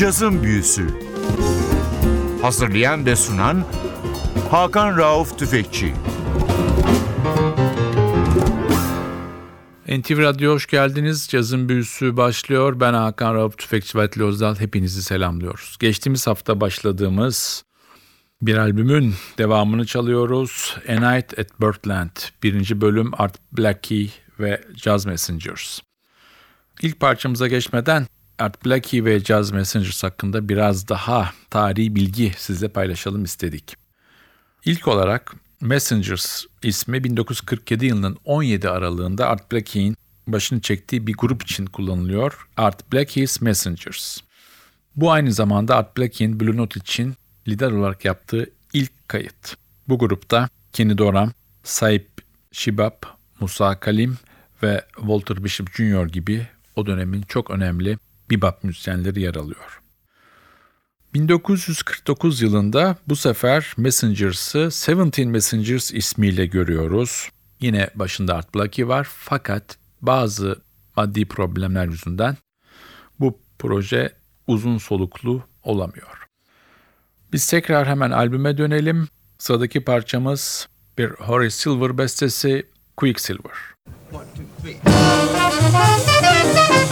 Cazın Büyüsü. Hazırlayan ve sunan Hakan Rauf Tüfekçi. NTV Radyo hoş geldiniz. Cazın Büyüsü başlıyor. Ben Hakan Rauf Tüfekçi ve Atli Özdal. Hepinizi selamlıyoruz. Geçtiğimiz hafta başladığımız bir albümün devamını çalıyoruz. A Night at Birdland. 1. bölüm Art Blakey ve Jazz Messengers. İlk parçamıza geçmeden Art Blakey ve Jazz Messengers hakkında biraz daha tarihi bilgi sizle paylaşalım istedik. İlk olarak Messengers ismi 1947 yılının 17 aralığında Art Blakey'in başını çektiği bir grup için kullanılıyor. Art Blakey's Messengers. Bu aynı zamanda Art Blakey'in Blue Note için lider olarak yaptığı ilk kayıt. Bu grupta Kenny Dorham, Saip Shibab, Musa Kalim ve Walter Bishop Jr. gibi o dönemin çok önemli bebop müzisyenleri yer alıyor. 1949 yılında bu sefer Messengers'ı 17 Messengers ismiyle görüyoruz. Yine başında Art Blakey var fakat bazı maddi problemler yüzünden bu proje uzun soluklu olamıyor. Biz tekrar hemen albüme dönelim. Sıradaki parçamız bir Horace Silver bestesi Quicksilver. 1, 2, 3.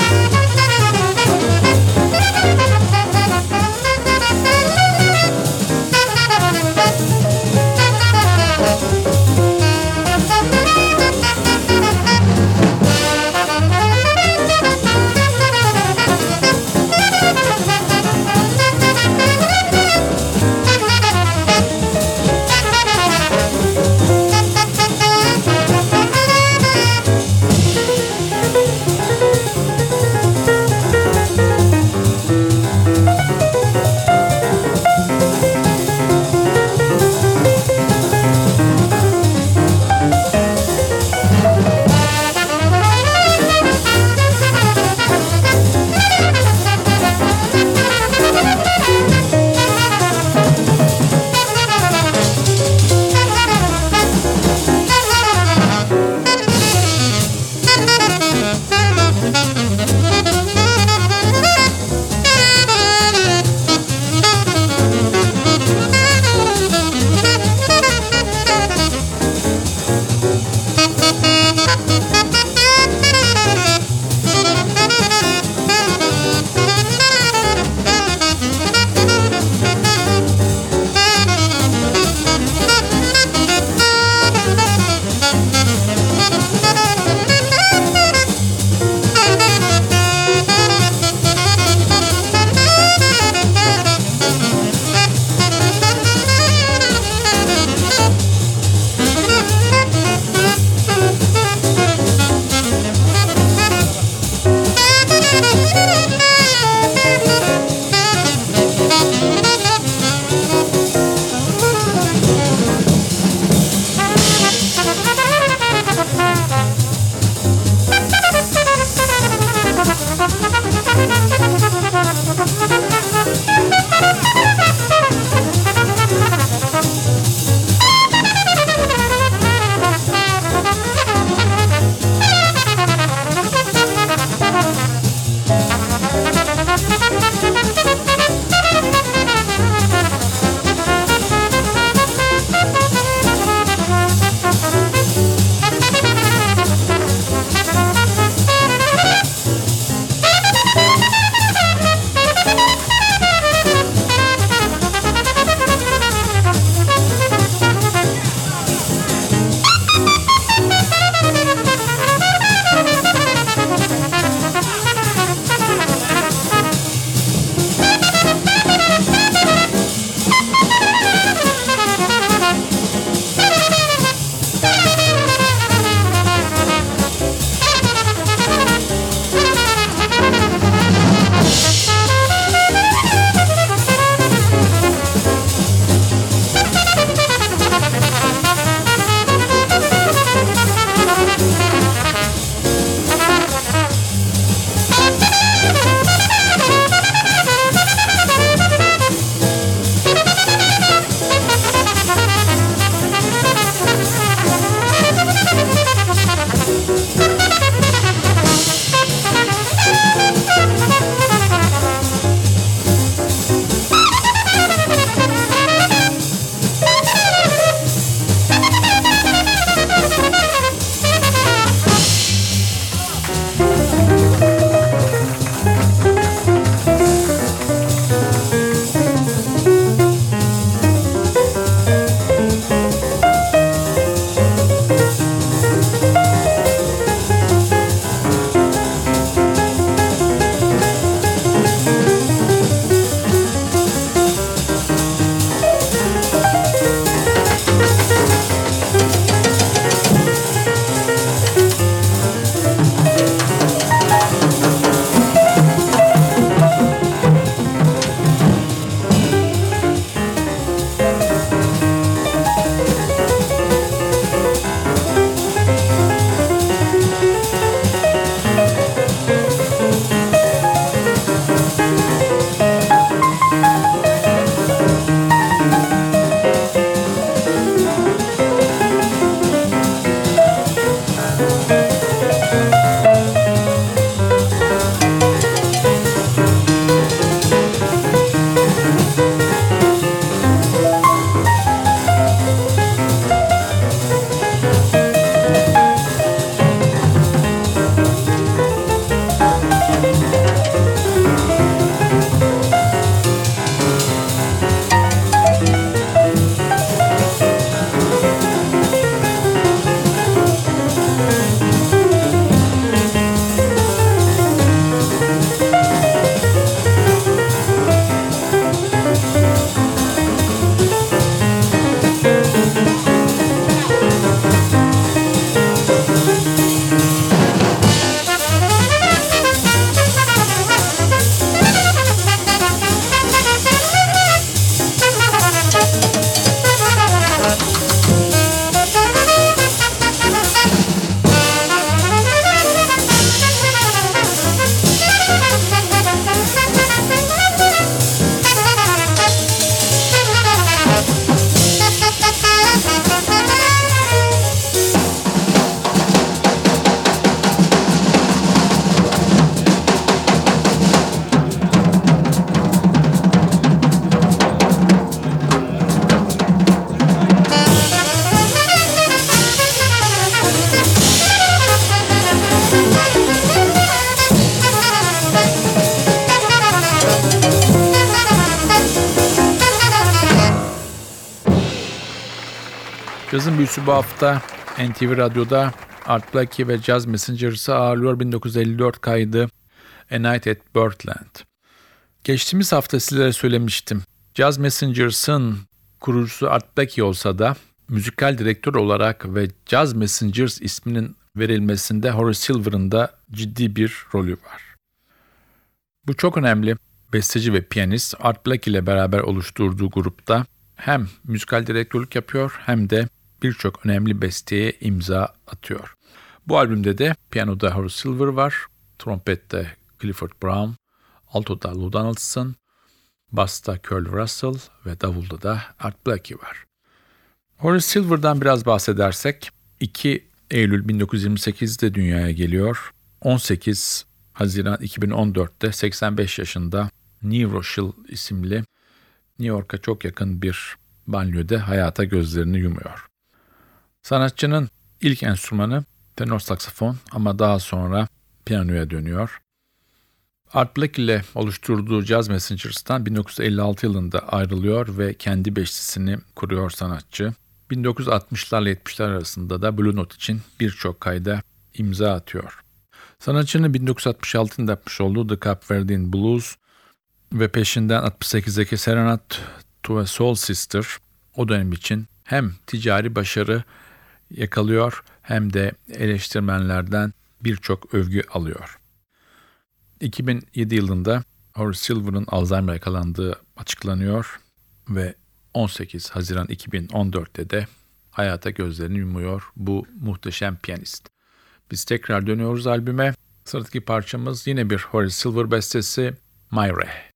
Cazın büyüsü bu hafta NTV Radyo'da Art Blakey ve Jazz Messengers'ı ağırlıyor. 1954 kaydı A Night at Birdland. Geçtiğimiz hafta sizlere söylemiştim. Jazz Messengers'ın kurucusu Art Blakey olsa da müzikal direktör olarak ve Jazz Messengers isminin verilmesinde Horace Silver'ın da ciddi bir rolü var. Bu çok önemli. Besteci ve piyanist Art Blakey ile beraber oluşturduğu grupta hem müzikal direktörlük yapıyor hem de birçok önemli besteye imza atıyor. Bu albümde de piyanoda Horace Silver var, trompette Clifford Brown, altoda Lou Donaldson, basta Curly Russell ve davulda da Art Blakey var. Horace Silver'dan biraz bahsedersek 2 Eylül 1928'de dünyaya geliyor. 18 Haziran 2014'te 85 yaşında New Rochelle isimli New York'a çok yakın bir banliyöde hayata gözlerini yumuyor. Sanatçının ilk enstrümanı tenor saksafon ama daha sonra piyanoya dönüyor. Art Blakey ile oluşturduğu Jazz Messengers'tan 1956 yılında ayrılıyor ve kendi beşlisini kuruyor sanatçı. 1960'larla 70'ler arasında da Blue Note için birçok kayda imza atıyor. Sanatçının 1966'da yapmış olduğu The Cape Verdean Blues ve peşinden 68'deki Serenade to a Soul Sister o dönem için hem ticari başarı yakalıyor hem de eleştirmenlerden birçok övgü alıyor. 2007 yılında Horace Silver'ın Alzheimer yakalandığı açıklanıyor ve 18 Haziran 2014'te de hayata gözlerini yumuyor bu muhteşem piyanist. Biz tekrar dönüyoruz albüme. Sıradaki parçamız yine bir Horace Silver bestesi Myre.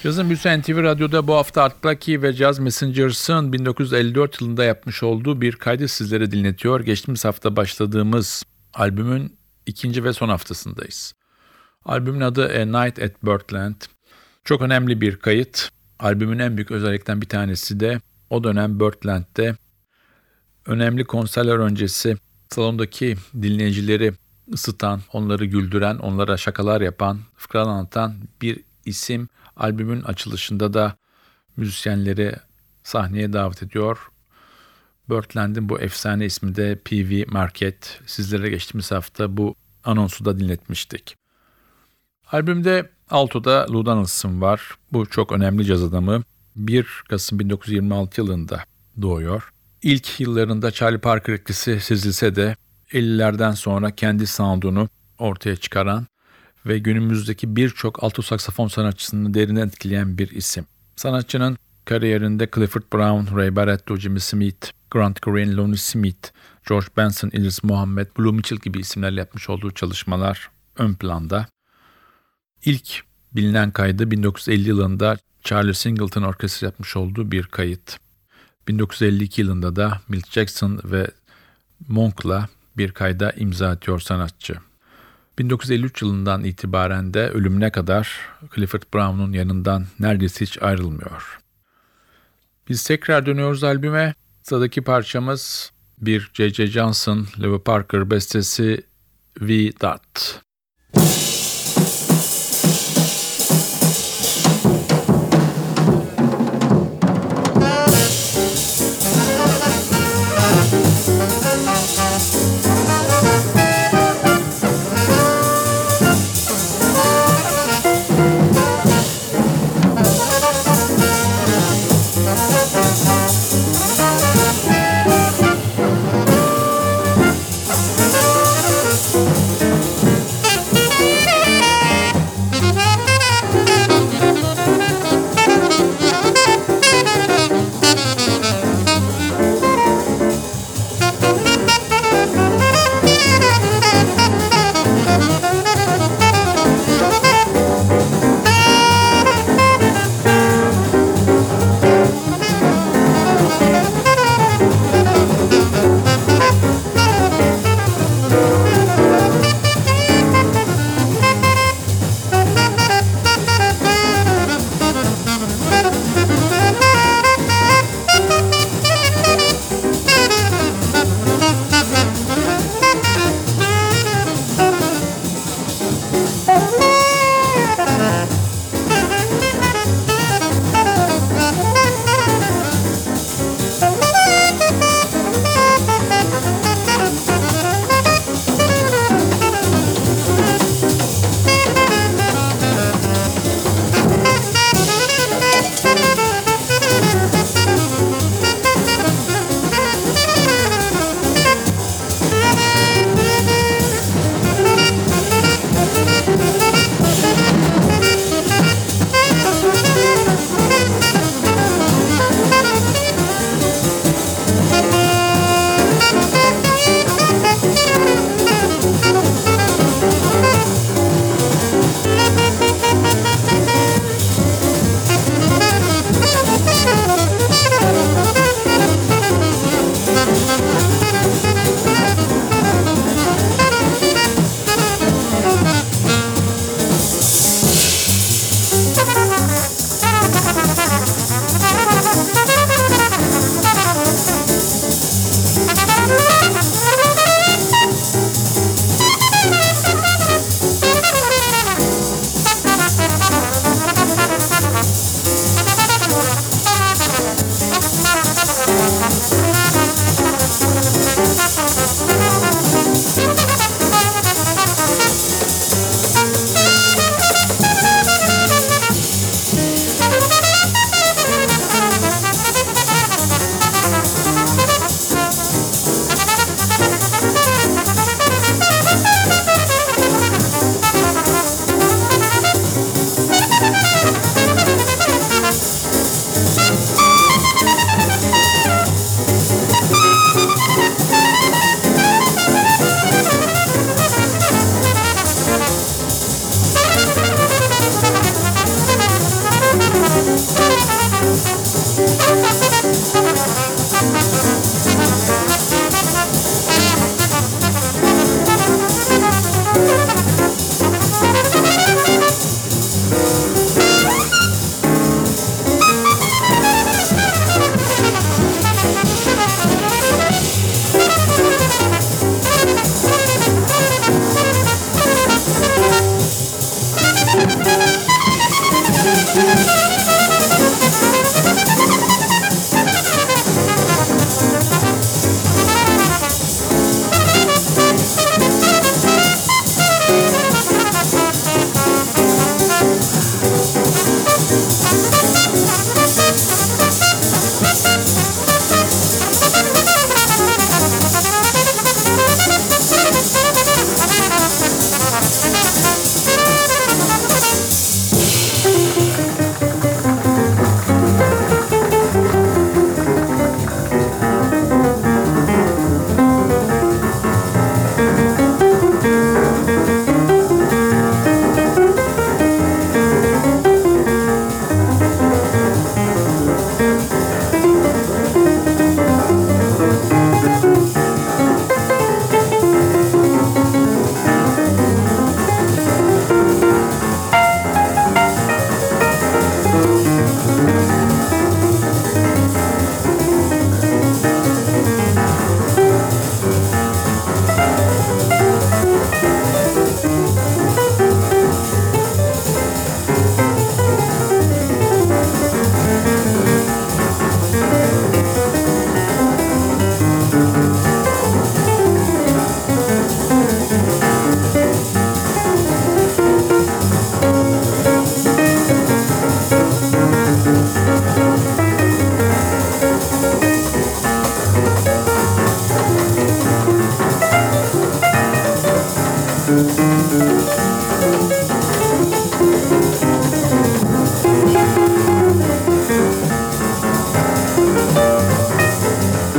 Cazın Büyüsü NTV Radyo'da bu hafta Art Blakey ve Jazz Messengers'ın 1954 yılında yapmış olduğu bir kaydı sizlere dinletiyor. Geçtiğimiz hafta başladığımız albümün ikinci ve son haftasındayız. Albümün adı A Night at Birdland. Çok önemli bir kayıt. Albümün en büyük özelliklerinden bir tanesi de o dönem Birdland'de önemli konserler öncesi salondaki dinleyicileri ısıtan, onları güldüren, onlara şakalar yapan, fıkralar anlatan bir isim albümün açılışında da müzisyenleri sahneye davet ediyor. Birdland'in bu efsane ismi de P.V. Market. Sizlere geçtiğimiz hafta bu anonsu da dinletmiştik. Albümde altoda Lou Donaldson var. Bu çok önemli caz adamı. 1 Kasım 1926 yılında doğuyor. İlk yıllarında Charlie Parker etkisi sezilse de 50'lerden sonra kendi sound'unu ortaya çıkaran ve günümüzdeki birçok alto saksafon sanatçısını derinden etkileyen bir isim. Sanatçının kariyerinde Clifford Brown, Ray Barretto, Jimmy Smith, Grant Green, Lonnie Smith, George Benson, Idris Muhammad, Blue Mitchell gibi isimlerle yapmış olduğu çalışmalar ön planda. İlk bilinen kaydı 1950 yılında Charlie Singleton Orkestrası yapmış olduğu bir kayıt. 1952 yılında da Milt Jackson ve Monk'la bir kayda imza atıyor sanatçı. 1953 yılından itibaren de ölümüne kadar Clifford Brown'un yanından neredeyse hiç ayrılmıyor. Biz tekrar dönüyoruz albüme. Sıradaki parçamız bir J.J. Johnson, Levy Parker bestesi V. Dot.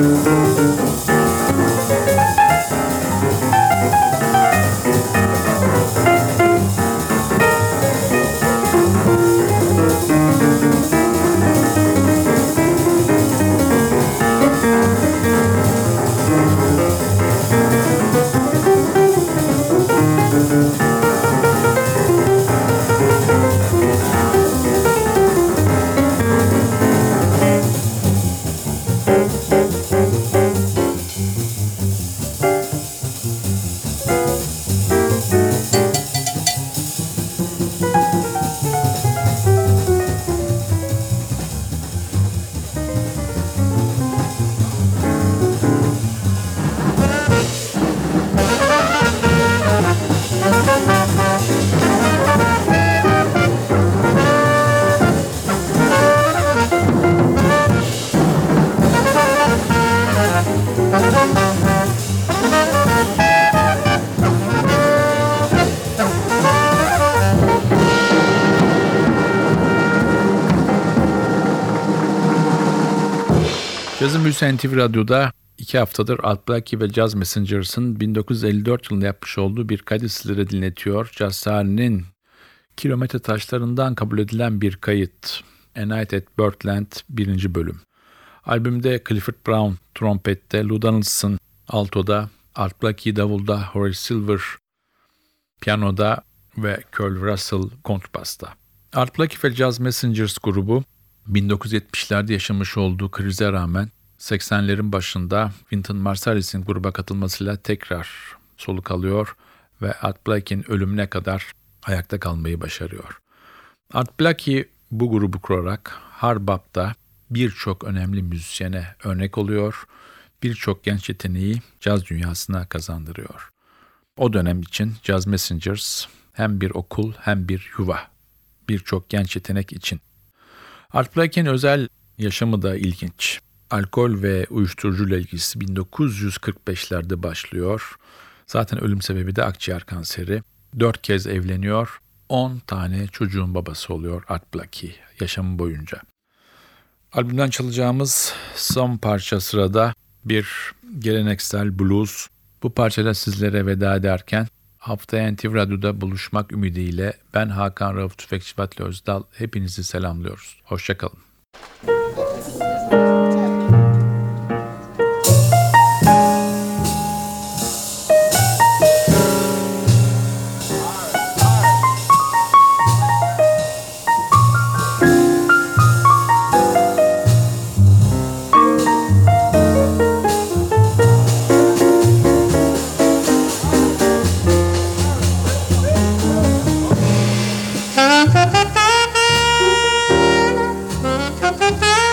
Cazın Büyüsü NTV Radyo'da 2 haftadır Art Blakey ve Jazz Messengers'ın 1954 yılında yapmış olduğu bir kaydı sizlere dinletiyor. Caz tarihinin kilometre taşlarından kabul edilen bir kayıt. A Night at Birdland 1. bölüm. Albümde Clifford Brown trompette, Lou Donaldson altoda, Art Blakey davulda, Horace Silver piyanoda ve Curl Russell kontrbasta. Art Blakey ve Jazz Messengers grubu 1970'lerde yaşamış olduğu krize rağmen 80'lerin başında Wynton Marsalis'in gruba katılmasıyla tekrar soluk alıyor ve Art Blakey'in ölümüne kadar ayakta kalmayı başarıyor. Art Blakey bu grubu kurarak hard bop'ta birçok önemli müzisyene örnek oluyor, birçok genç yeteneği caz dünyasına kazandırıyor. O dönem için Jazz Messengers hem bir okul hem bir yuva, birçok genç yetenek için. Art Blakey'in özel yaşamı da ilginç. Alkol ve uyuşturucuyla ilgisi 1945'lerde başlıyor. Zaten ölüm sebebi de akciğer kanseri. 4 kez evleniyor. 10 tane çocuğun babası oluyor Art Blakey yaşamı boyunca. Albümden çalacağımız son parça sırada bir geleneksel blues. Bu parçada sizlere veda ederken haftaya NTV Radyo'da buluşmak ümidiyle ben Hakan Rauf Tüfekçi ve Atli Özdal hepinizi selamlıyoruz. Hoşça kalın. Thank you.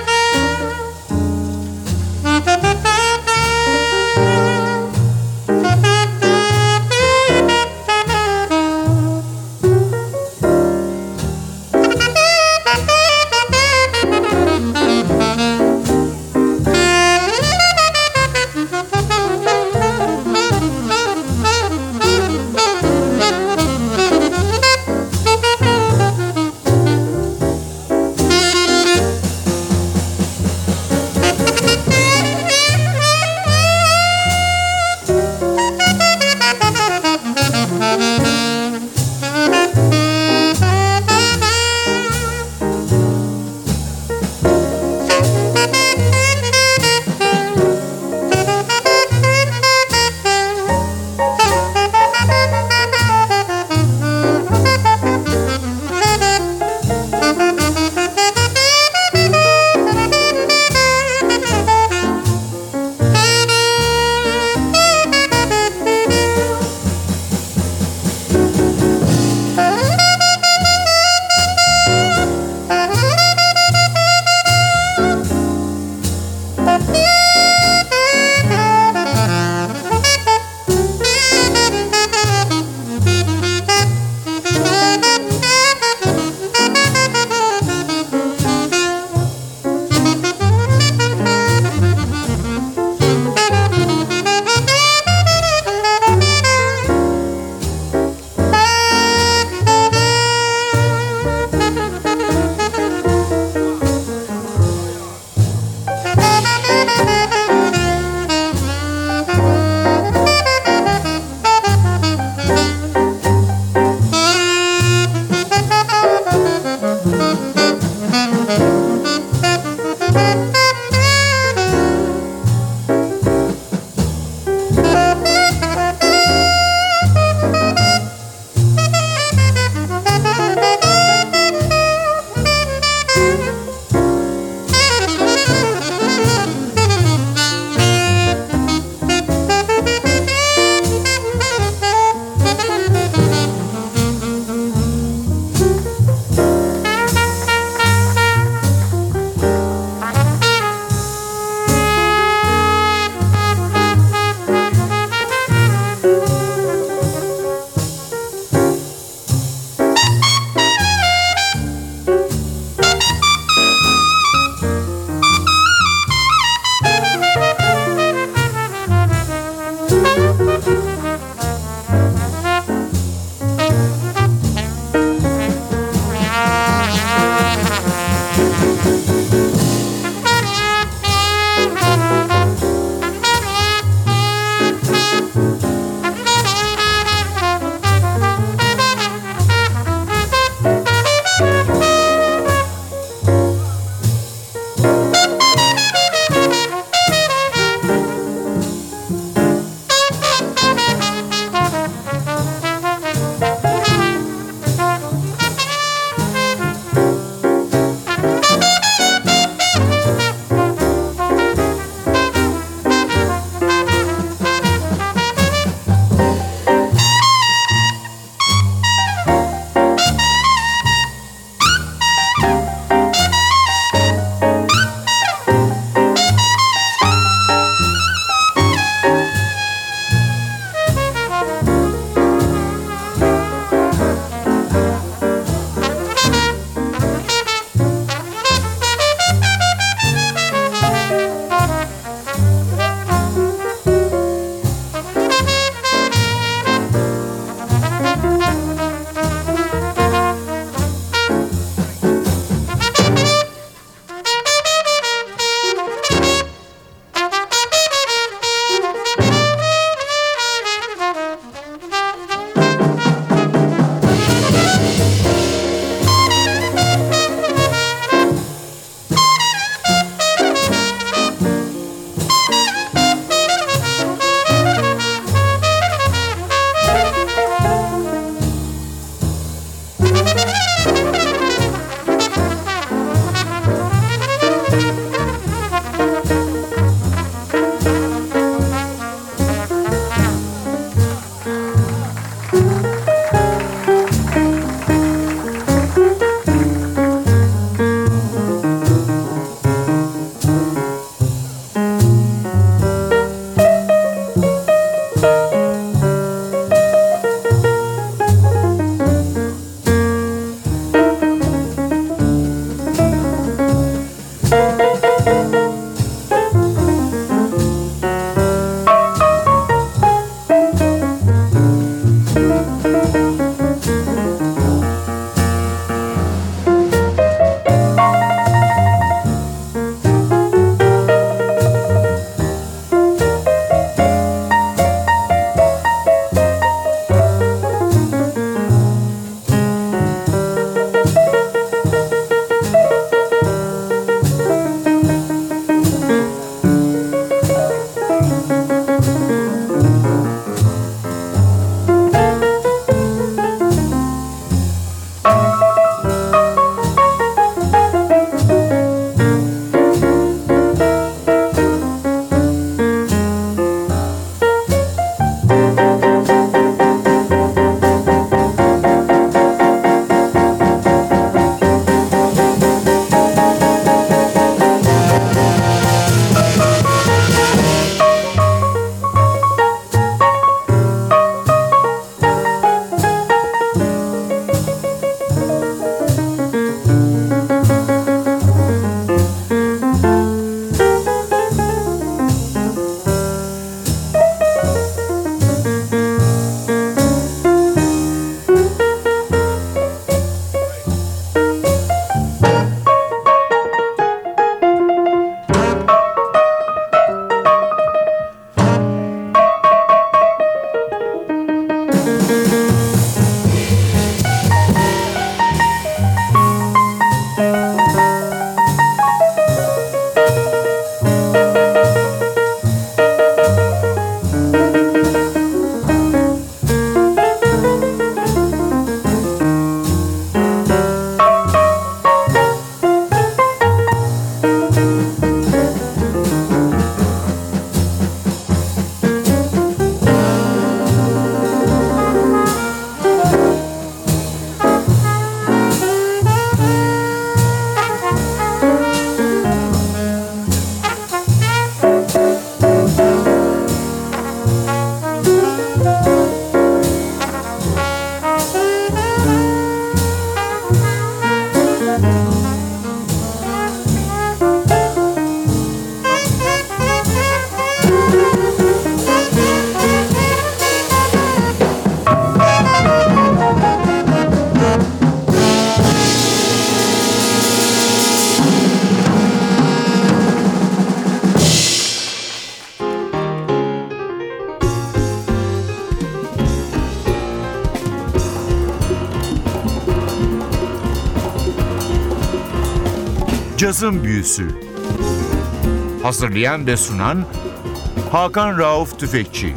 Cazın Büyüsü. Hazırlayan ve sunan Hakan Rauf Tüfekçi.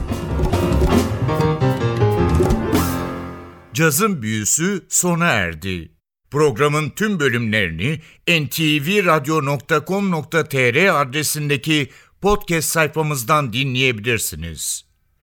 Cazın Büyüsü sona erdi. Programın tüm bölümlerini ntvradio.com.tr adresindeki podcast sayfamızdan dinleyebilirsiniz.